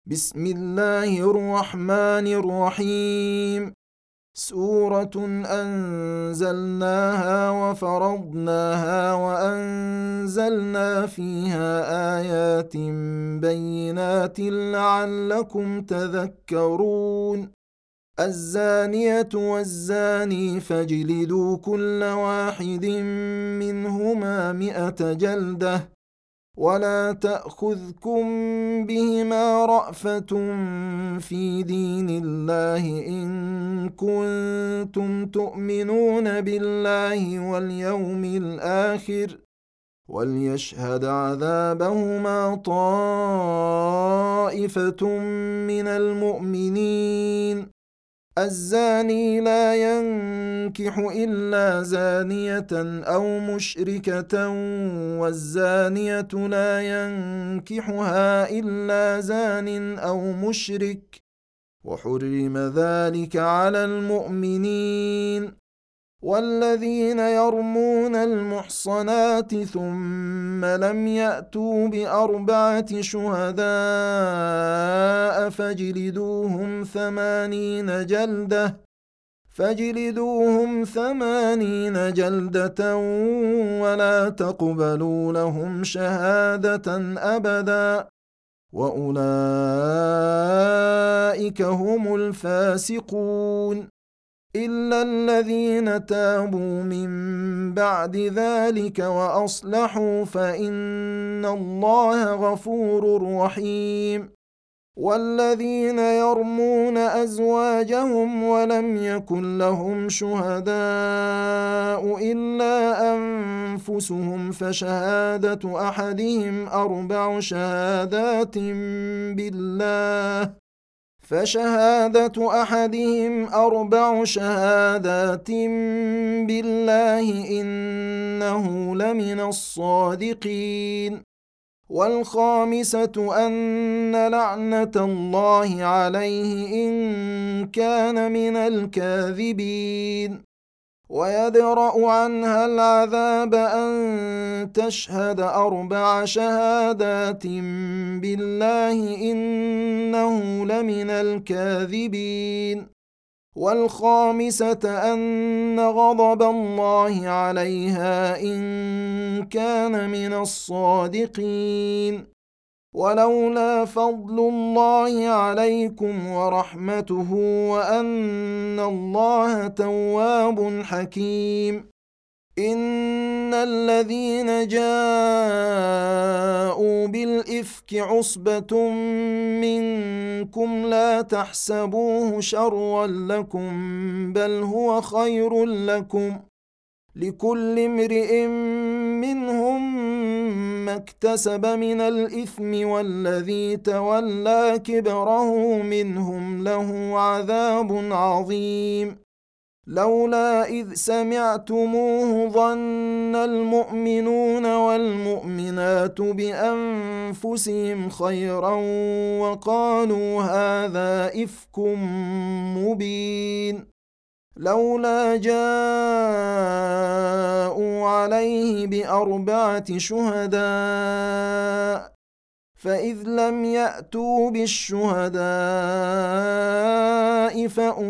بسم الله الرحمن الرحيم. سورة أنزلناها وفرضناها وأنزلنا فيها آيات بينات لعلكم تذكرون. الزانية والزاني فاجلدوا كل واحد منهما 100 جلدة، ولا تأخذكم بهما رأفة في دين الله إن كنتم تؤمنون بالله واليوم الآخر، وليشهد عذابهما طائفة من المؤمنين. الزاني لا ينكح إلا زانية أو مشركة، والزانية لا ينكحها إلا زان أو مشرك، وحرم ذلك على المؤمنين. والذين يرمون المحصنات ثم لم يأتوا ب4 شهداء فاجلدوهم 80 جلدة ولا تقبلوا لهم شهادة أبدا، وأولئك هم الفاسقون. إلا الذين تابوا من بعد ذلك وأصلحوا فإن الله غفور رحيم. والذين يرمون أزواجهم ولم يكن لهم شهداء إلا أنفسهم فشهادة أحدهم 4 شهادات بالله إنه لمن الصادقين. والخامسة أن لعنة الله عليه إن كان من الكاذبين. ويدرأ عنها العذاب أن تشهد 4 شهادات بالله إنه لمن الكاذبين. والخامسة أن غضب الله عليها إن كان من الصادقين. ولولا فضل الله عليكم ورحمته وأن الله تواب حكيم. إن الذين جاءوا بالإفك عصبة منكم لا تحسبوه شرا لكم بل هو خير لكم، لكل امرئ منهم ما اكتسب من الإثم والذي تولى كبره منهم له عذاب عظيم. لولا إذ سمعتموه ظن المؤمنون والمؤمنات بأنفسهم خيرا وقالوا هذا إفك مبين. لولا جاءوا عليه ب4 شهداء فإذ لم يأتوا بالشهداء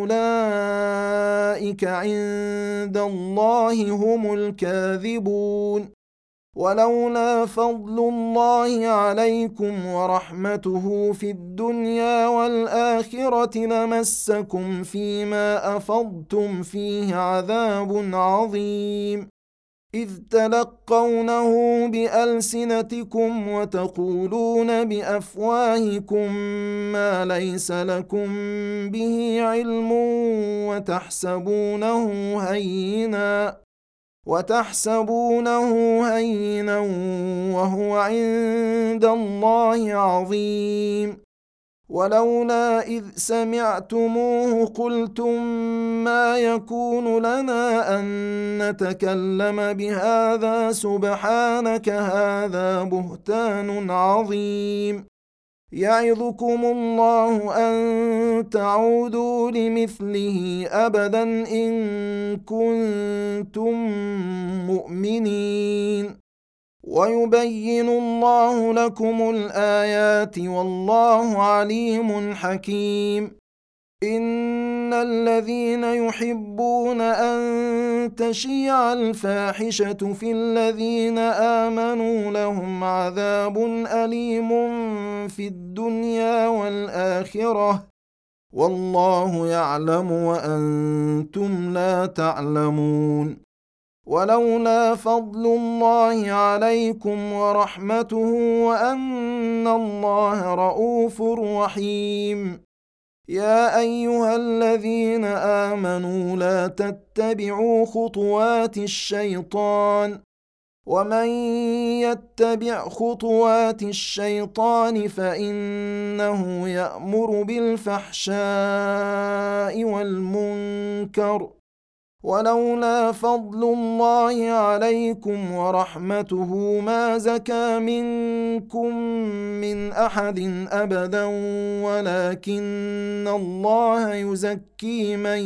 فأولئك عند الله هم الكاذبون. ولولا فضل الله عليكم ورحمته في الدنيا والآخرة لمسكم فيما أفضتم فيه عذاب عظيم، إذ تلقونه بألسنتكم وتقولون بأفواهكم ما ليس لكم به علم وتحسبونه هينا وهو عند الله عظيم. ولولا إذ سمعتموه قلتم ما يكون لنا أن نتكلم بهذا سبحانك هذا بهتان عظيم. يعظكم الله أن تعودوا لمثله أبدا إن كنتم مؤمنين. ويبين الله لكم الآيات والله عليم حكيم. إن الذين يحبون أن تشيع الفاحشة في الذين آمنوا لهم عذاب أليم في الدنيا والآخرة والله يعلم وأنتم لا تعلمون. ولولا فضل الله عليكم ورحمته وأن الله رؤوف رحيم. يا أيها الذين آمنوا لا تتبعوا خطوات الشيطان ومن يتبع خطوات الشيطان فإنه يأمر بالفحشاء والمنكر. ولولا فضل الله عليكم ورحمته ما زكى منكم من أحد أبدا ولكن الله يزكي من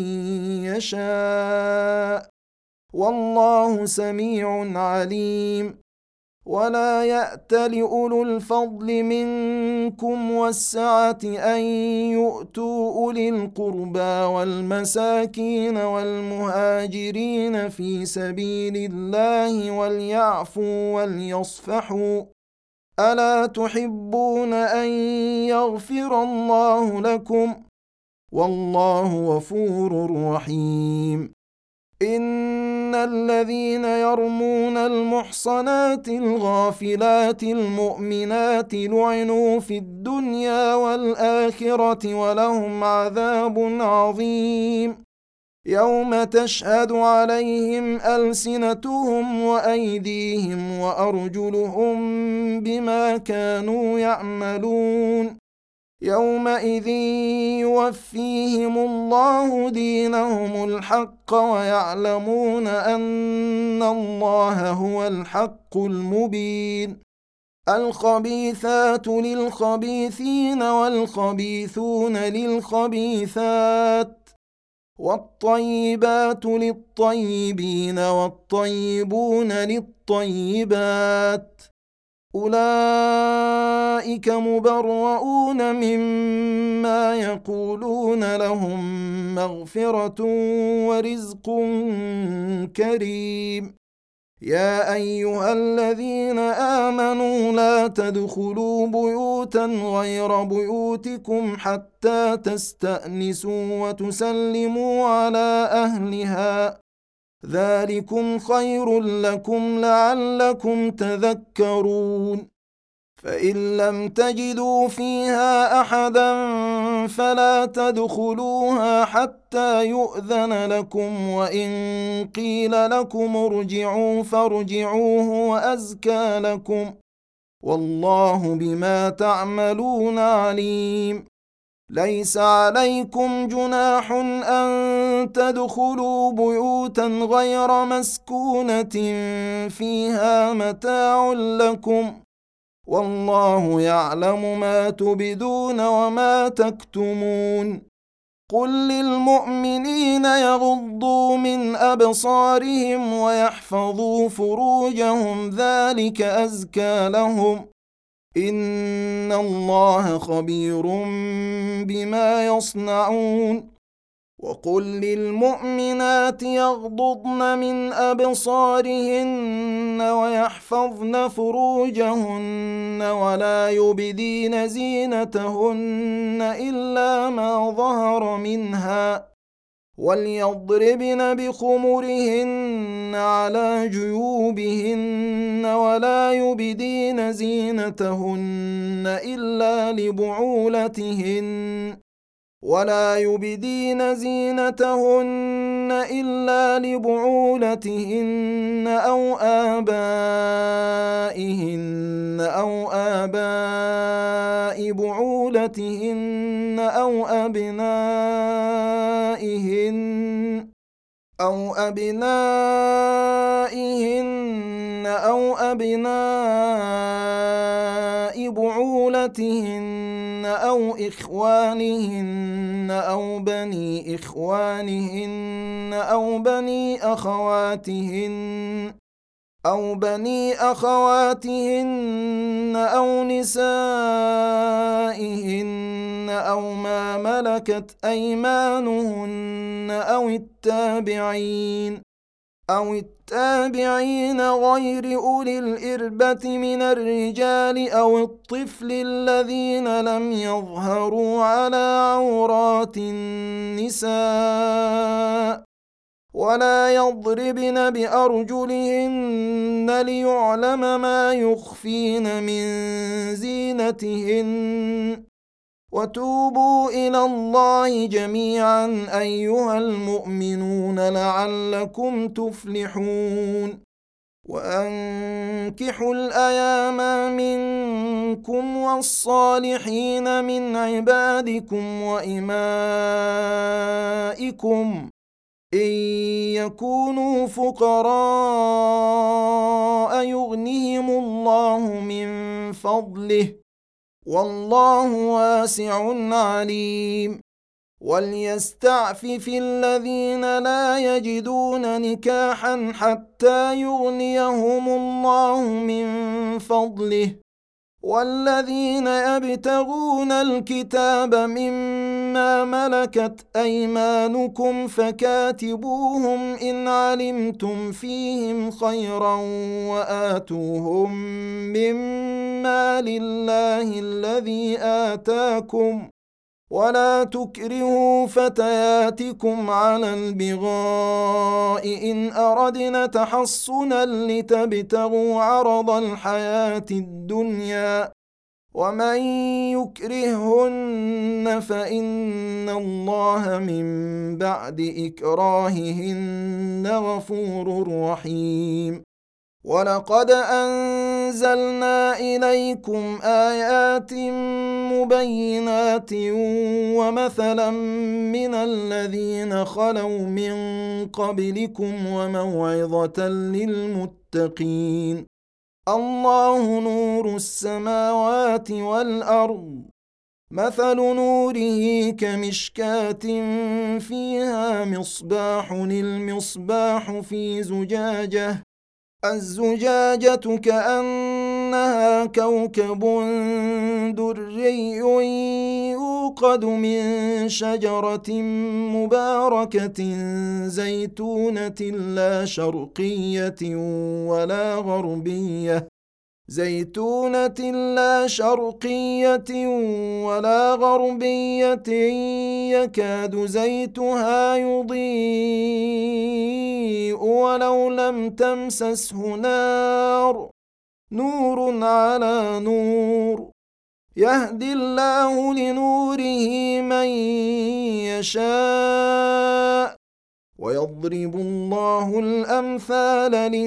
يشاء والله سميع عليم. ولا يأت لأولو الفضل منكم والسعة أن يؤتوا أولي القربى والمساكين والمهاجرين في سبيل الله وليعفوا وليصفحوا ألا تحبون أن يغفر الله لكم والله غفور رحيم. إن الذين يرمون المحصنات الغافلات المؤمنات لعنوا في الدنيا والآخرة ولهم عذاب عظيم. يوم تشهد عليهم ألسنتهم وأيديهم وأرجلهم بما كانوا يعملون. يومئذ يوفيهم الله دينهم الحق ويعلمون أن الله هو الحق المبين. الخبيثات للخبيثين والخبيثون للخبيثات والطيبات للطيبين والطيبون للطيبات أولئك مبرؤون مما يقولون لهم مغفرة ورزق كريم. يا أيها الذين آمنوا لا تدخلوا بيوتا غير بيوتكم حتى تستأنسوا وتسلموا على أهلها ذلكم خير لكم لعلكم تذكرون. فإن لم تجدوا فيها أحدا فلا تدخلوها حتى يؤذن لكم وإن قيل لكم ارجعوا فارجعوه وأزكى لكم والله بما تعملون عليم. ليس عليكم جناح أن تدخلوا بيوتا غير مسكونة فيها متاع لكم والله يعلم ما تبدون وما تكتمون. قل للمؤمنين يغضوا من أبصارهم ويحفظوا فروجهم ذلك أزكى لهم إن الله خبير بما يصنعون. وقل للمؤمنات يغضضن من أبصارهن ويحفظن فروجهن ولا يبدين زينتهن إلا ما ظهر منها وليضربن بخمرهن على جيوبهن ولا يبدين زينتهن إلا لبعولتهن أو آباء بعولتهن أو أبنائهن بعولتهن أو إخوانهن أو بني إخوانهن أو بني أخواتهن أو بني أخواتهن أو نسائهن أو ما ملكت أيمانهن أو التابعين غير أولي الإربة من الرجال أو الطفل الذين لم يظهروا على عورات النساء ولا يضربن بأرجلهن ليعلم ما يخفين من زينتهن وتوبوا إلى الله جميعا أيها المؤمنون لعلكم تفلحون وأنكحوا الأيام منكم والصالحين من عبادكم وإمائكم إن يكونوا فقراء يغنهم الله من فضله والله واسع عليم وليستعفف الذين لا يجدون نكاحا حتى يغنيهم الله من فضله والذين يبتغون الكتاب مما ملكت أيمانكم فكاتبوهم إن علمتم فيهم خيرا وآتوهم مما لله الذي آتاكم ولا تكرهوا فتياتكم على البغاء إن أردنا تحصنا لتبتغوا عرض الحياة الدنيا ومن يكرههن فإن الله من بعد إكراههن غفور رحيم ولقد أنزلنا إليكم آيات مبينات ومثلا من الذين خلوا من قبلكم وموعظة للمتقين الله نور السماوات والأرض مثل نوره كمشكاة فيها مصباح المصباح في زجاجة الزجاجة كأنها كوكب دري يوقد من شجرة مباركة زيتونة لا شرقية ولا غربية يكاد زيتها يضيء ولو لم تمسسه نور على نور يهدي الله لنوره من يشاء ويضرب الله الأمثال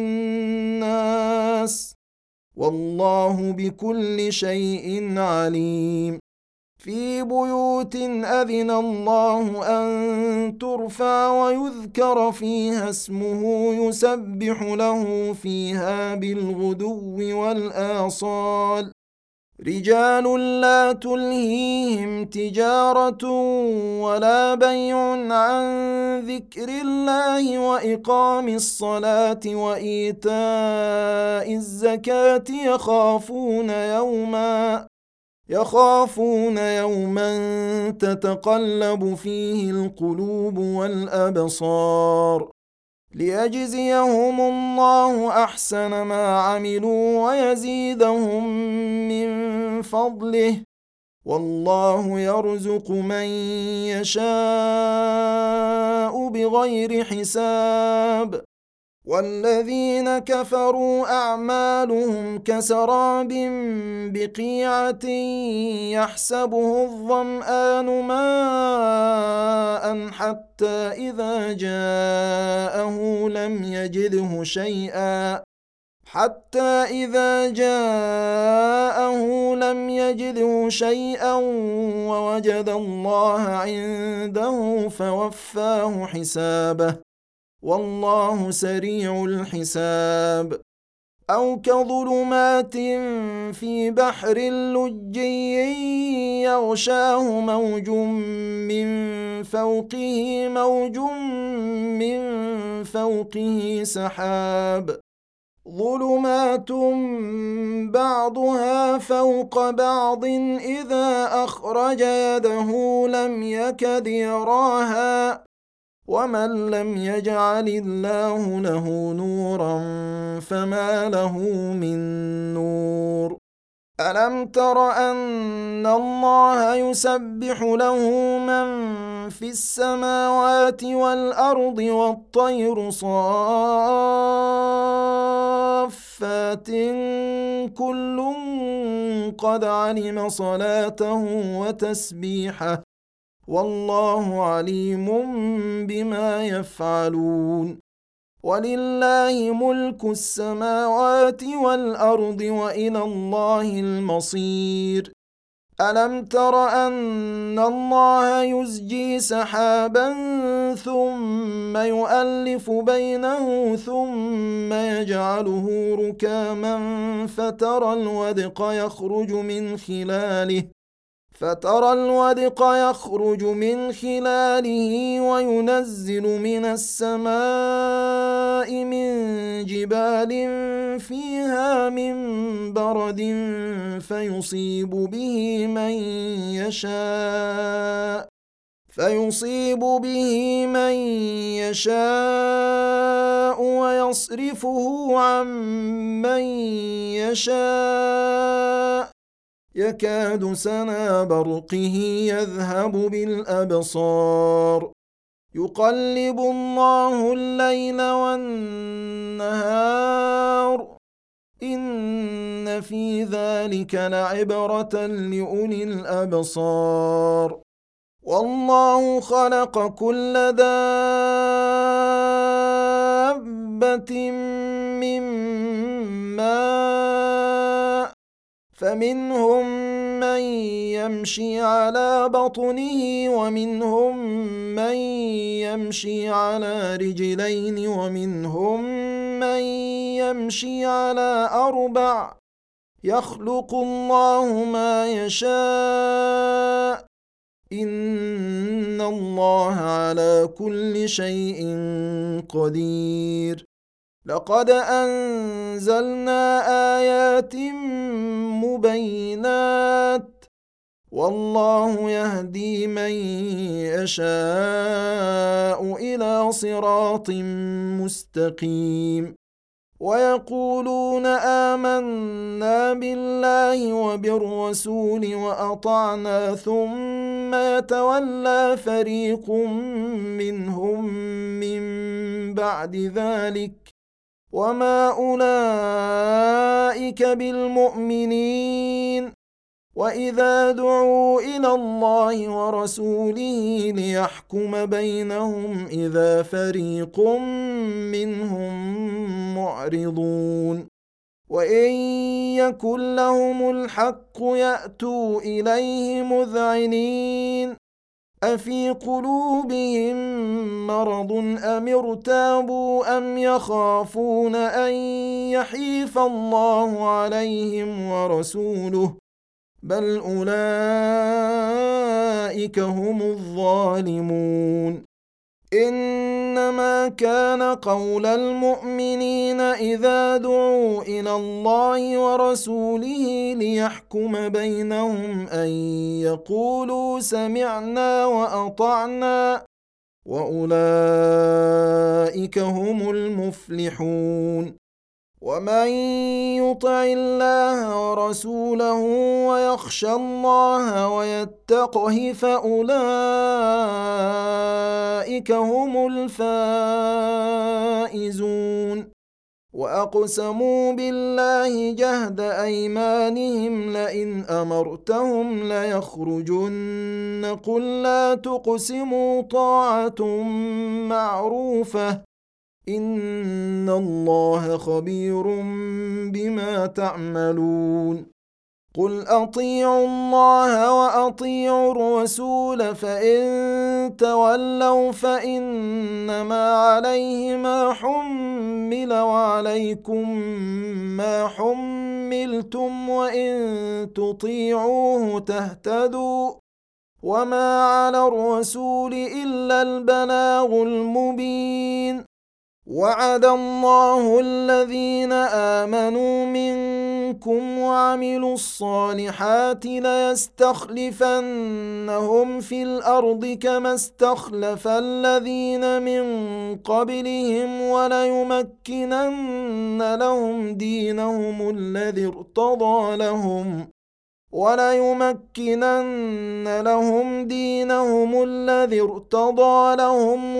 للناس والله بكل شيء عليم في بيوت أذن الله أن ترفع ويذكر فيها اسمه يسبح له فيها بالغدو والآصال رجال لا تلهيهم تجارة ولا بيع عن ذكر الله وإقام الصلاة وإيتاء الزكاة يخافون يوما تتقلب فيه القلوب والأبصار ليجزيهم الله أحسن ما عملوا ويزيدهم من فضله والله يرزق من يشاء بغير حساب والذين كفروا أعمالهم كسراب بقيعة يحسبه الظمآن ماء حتى إذا جاءه لم يجده شيئا ووجد الله عنده فوفاه حسابه والله سريع الحساب أو كظلمات في بحر لجي يغشاه موج من فوقه سحاب ظلمات بعضها فوق بعض إذا أخرج يده لم يكد يراها ومن لم يجعل الله له نورا فما له من نور ألم تر أن الله يسبح له من في السماوات والأرض والطير صافات كل قد علم صلاته وتسبيحه والله عليم بما يفعلون ولله ملك السماوات والأرض وإلى الله المصير ألم تر أن الله يزجي سحابا ثم يؤلف بينه ثم يجعله ركاما فترى الودق يخرج من خلاله وينزل من السماء من جبال فيها من برد فيصيب به من يشاء ويصرفه عن من يشاء يكاد سنا برقه يذهب بالأبصار يقلب الله الليل والنهار إن في ذلك لعبرة لأولي الأبصار والله خلق كل دابة من ماء فمنهم من يمشي على بطنه ومنهم من يمشي على رجلين ومنهم من يمشي على أربع يخلق الله ما يشاء إن الله على كل شيء قدير لقد أنزلنا آيات مبينات والله يهدي من يشاء إلى صراط مستقيم ويقولون آمنا بالله وبالرسول وأطعنا ثم يتولى فريق منهم من بعد ذلك وما أولئك بالمؤمنين وإذا دعوا إلى الله ورسوله ليحكم بينهم إذا فريق منهم معرضون وإن يكن لهم الحق يأتوا إليه مذعنين أفي قلوبهم مرض أم ارتابوا أم يخافون أن يحيف الله عليهم ورسوله بل أولئك هم الظالمون إنما كان قول المؤمنين إذا دعوا إلى الله ورسوله ليحكم بينهم أن يقولوا سمعنا وأطعنا وأولئك هم المفلحون ومن يطع الله ورسوله ويخشى الله ويتقه فأولئك هم الفائزون وأقسموا بالله جهد أيمانهم لئن أمرتهم ليخرجن قل لا تقسموا طاعة معروفة إن الله خبير بما تعملون قل أطيعوا الله وأطيعوا الرسول فإن تولوا فإنما عليه ما حمل وعليكم ما حملتم وإن تطيعوه تهتدوا وما على الرسول إلا البلاغ المبين وعد الله الذين آمنوا منكم وعملوا الصالحات ليستخلفنهم في الأرض كما استخلف الذين من قبلهم وليمكنن لهم دينهم الذي ارتضى لهم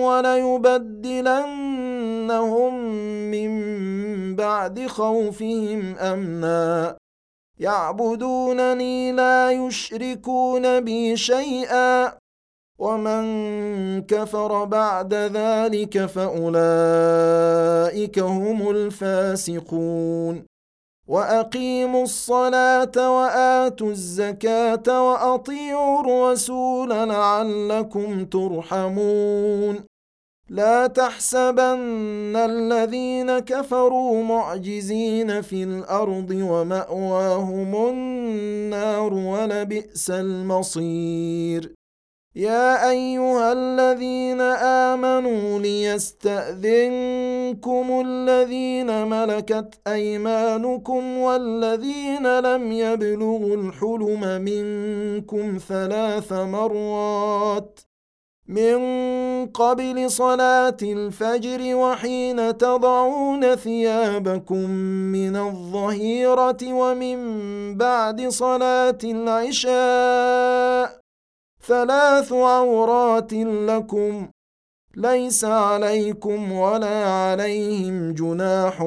وليبدلنهم من بعد خوفهم أمنا يعبدونني لا يشركون بي شيئا ومن كفر بعد ذلك فأولئك هم الفاسقون وأقيموا الصلاة وآتوا الزكاة وأطيعوا الرسول لعلكم ترحمون لا تحسبن الذين كفروا معجزين في الأرض ومأواهم النار ولبئس المصير يا أيها الذين آمنوا ليستأذنكم الذين ملكت أيمانكم والذين لم يبلغوا الحلم منكم 3 مرات من قبل صلاة الفجر وحين تضعون ثيابكم من الظهيرة ومن بعد صلاة العشاء 3 عورات لكم ليس عليكم ولا عليهم جناح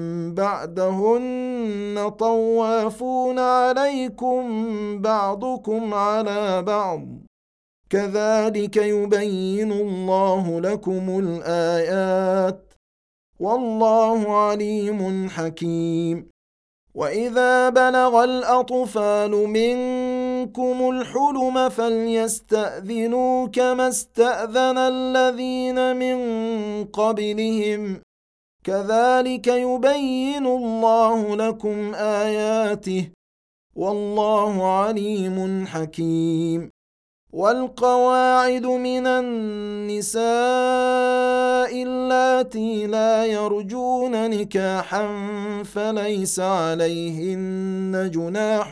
بعدهن طوافون عليكم بعضكم على بعض كذلك يبين الله لكم الآيات والله عليم حكيم وإذا بلغ الأطفال منكم الحلم فليستأذنوا كما استأذن الذين من قبلهم كذلك يبين الله لكم آياته والله عليم حكيم والقواعد من النساء اللاتي لا يرجون نكاحا فليس عليهن جناح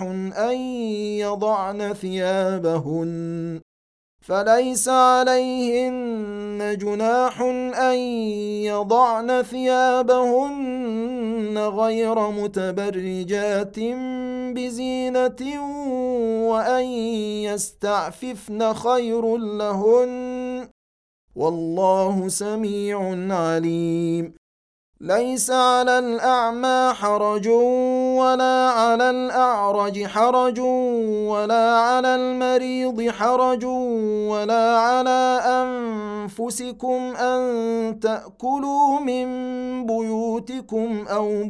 أن يضعن ثيابهن غير متبرجات بزينة وأن يستعففن خير لهن والله سميع عليم ليس على الأعمى حرج ولا على الأعرج حرج ولا على المريض حرج ولا على أنفسكم أن تأكلوا من بيوتكم أو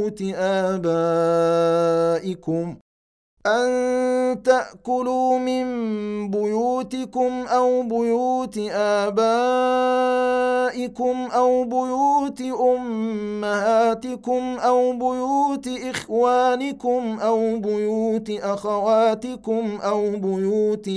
بيوت آبائكم أو بيوت أمهاتكم أو بيوت إخوانكم أو بيوت أخواتكم أو بيوت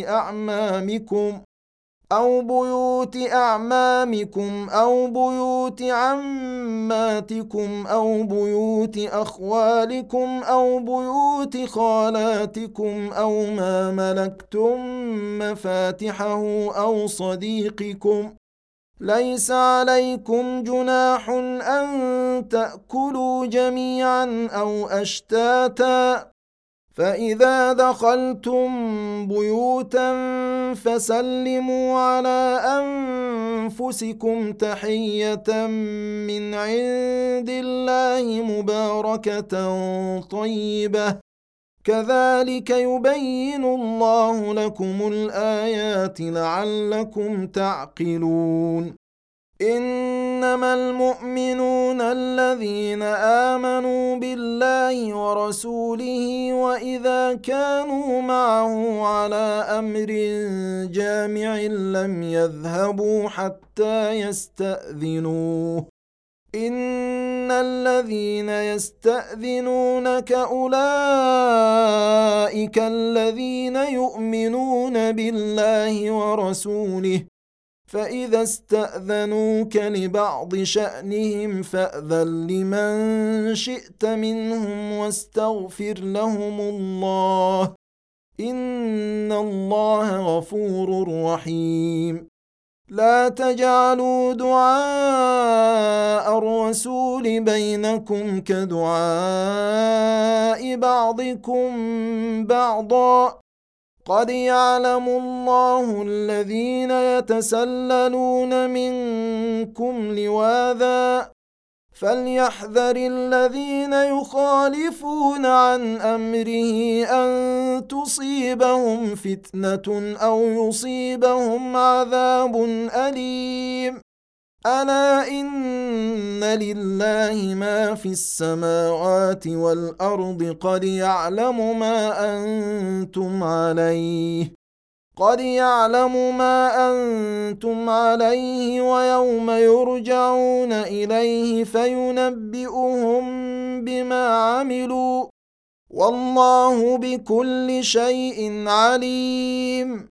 أعمامكم أو بيوت عماتكم أو بيوت أخوالكم أو بيوت خالاتكم أو ما ملكتم مفاتحه أو صديقكم ليس عليكم جناح أن تأكلوا جميعا أو أشتاتا فإذا دخلتم بيوتا فسلموا على أنفسكم تحية من عند الله مباركة طيبة كذلك يبين الله لكم الآيات لعلكم تعقلون إنما المؤمنون الذين آمنوا بالله ورسوله وإذا كانوا معه على أمر جامع لم يذهبوا حتى يستأذنوه إن الذين يستأذنونك أولئك الذين يؤمنون بالله ورسوله فإذا استأذنوك لبعض شأنهم فأذن لمن شئت منهم واستغفر لهم الله إن الله غفور رحيم لا تجعلوا دعاء الرسول بينكم كدعاء بعضكم بعضا قد يعلم الله الذين يتسللون منكم لواذا فليحذر الذين يخالفون عن أمره أن تصيبهم فتنة أو يصيبهم عذاب أليم ألا إن لله ما في السماوات والأرض قد يعلم ما أنتم عليه ويوم يرجعون إليه فينبئهم بما عملوا والله بكل شيء عليم